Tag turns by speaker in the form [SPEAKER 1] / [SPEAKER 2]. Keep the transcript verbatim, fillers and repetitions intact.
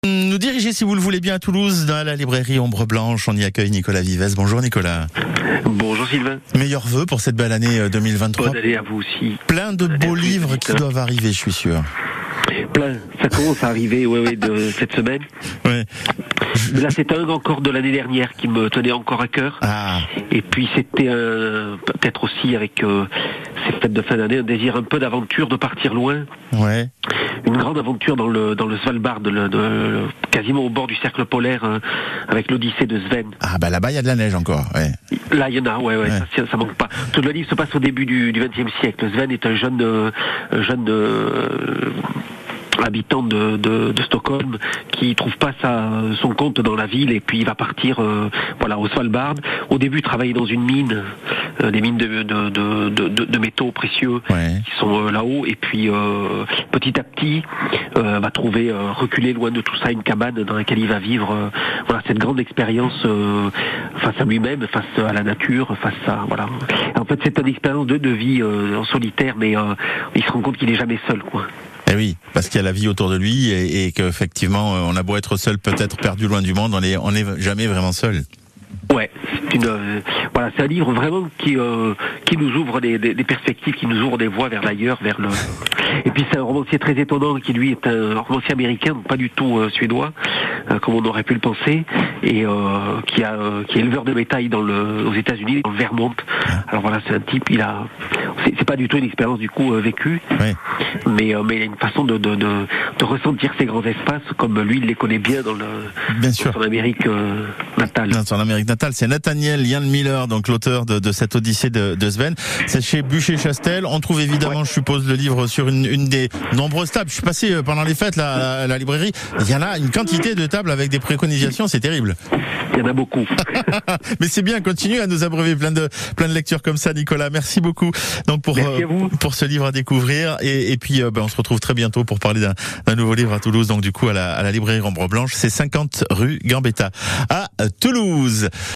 [SPEAKER 1] Nous diriger, si vous le voulez bien, à Toulouse, dans la librairie Ombre Blanche. On y accueille Nicolas Vives. Bonjour Nicolas.
[SPEAKER 2] Bonjour Sylvain.
[SPEAKER 1] Meilleurs vœux pour cette belle année deux mille vingt-trois.
[SPEAKER 2] Bonne année à vous aussi.
[SPEAKER 1] Plein de beaux livres qui doivent arriver, je suis sûr.
[SPEAKER 2] Plein. Ça commence à arriver, ouais, ouais, de cette semaine.
[SPEAKER 1] Ouais.
[SPEAKER 2] Mais là, c'est un encore de l'année dernière qui me tenait encore à cœur.
[SPEAKER 1] Ah.
[SPEAKER 2] Et puis c'était euh, peut-être aussi avec euh, ces fêtes de fin d'année un désir un peu d'aventure, de partir loin.
[SPEAKER 1] Ouais.
[SPEAKER 2] Une grande aventure dans le dans le Svalbard, le, de, quasiment au bord du cercle polaire, hein, avec l'Odyssée de Sven.
[SPEAKER 1] Ah bah là-bas il y a de la neige encore. Ouais.
[SPEAKER 2] Là il y en a, ouais, ouais,
[SPEAKER 1] ouais.
[SPEAKER 2] Ça, ça manque pas. Tout le livre se passe au début du vingtième siècle. Sven est un jeune euh, jeune euh, habitant de, de, de Stockholm qui trouve pas sa, son compte dans la ville et puis il va partir euh, voilà au Svalbard. Au début travailler dans une mine, euh, des mines de, de, de, de, de métaux précieux
[SPEAKER 1] ouais.
[SPEAKER 2] qui sont euh, là-haut et puis euh, petit à petit euh, va trouver euh, reculer loin de tout ça une cabane dans laquelle il va vivre euh, voilà cette grande expérience euh, face à lui-même, face à la nature, face à voilà. En fait c'est une expérience de, de vie euh, en solitaire mais euh, il se rend compte qu'il est jamais seul quoi.
[SPEAKER 1] Eh oui, parce qu'il y a la vie autour de lui et, et qu'effectivement, on a beau être seul, peut-être perdu loin du monde, on est, on n'est jamais vraiment seul.
[SPEAKER 2] Ouais, c'est une euh, voilà, c'est un livre vraiment qui euh, qui nous ouvre des, des, des perspectives, qui nous ouvre des voies vers l'ailleurs, vers le. Et puis c'est un romancier très étonnant qui lui est un romancier américain, pas du tout euh, suédois, euh, comme on aurait pu le penser, et euh, qui a euh, qui est éleveur de bétail dans le aux États-Unis, dans le Vermont. Alors voilà, c'est un type, il a c'est, c'est pas du tout une expérience du coup euh, vécue,
[SPEAKER 1] ouais.
[SPEAKER 2] mais euh, mais il a une façon de de, de de ressentir ces grands espaces comme lui il les connaît bien dans le
[SPEAKER 1] bien sûr.
[SPEAKER 2] dans son Amérique euh, natale.
[SPEAKER 1] Dans son Amérique natale, c'est Nathaniel Jan Miller, donc l'auteur de, de cette Odyssée de, de Sven. C'est chez Bûcher-Chastel. On trouve évidemment, ouais. je suppose, le livre sur une, une des nombreuses tables. Je suis passé pendant les fêtes là, à la, à la librairie. Il y en a une quantité de tables avec des préconisations, c'est terrible.
[SPEAKER 2] Il y en a beaucoup.
[SPEAKER 1] Mais c'est bien, continue à nous abreuver plein de plein de lectures comme ça, Nicolas. Merci beaucoup. Donc pour euh, pour ce livre à découvrir et, et puis euh, ben, on se retrouve très bientôt pour parler d'un, d'un nouveau livre à Toulouse. Donc du coup à la, à la librairie Ombre Blanche, c'est cinquante rue Gambetta à Toulouse.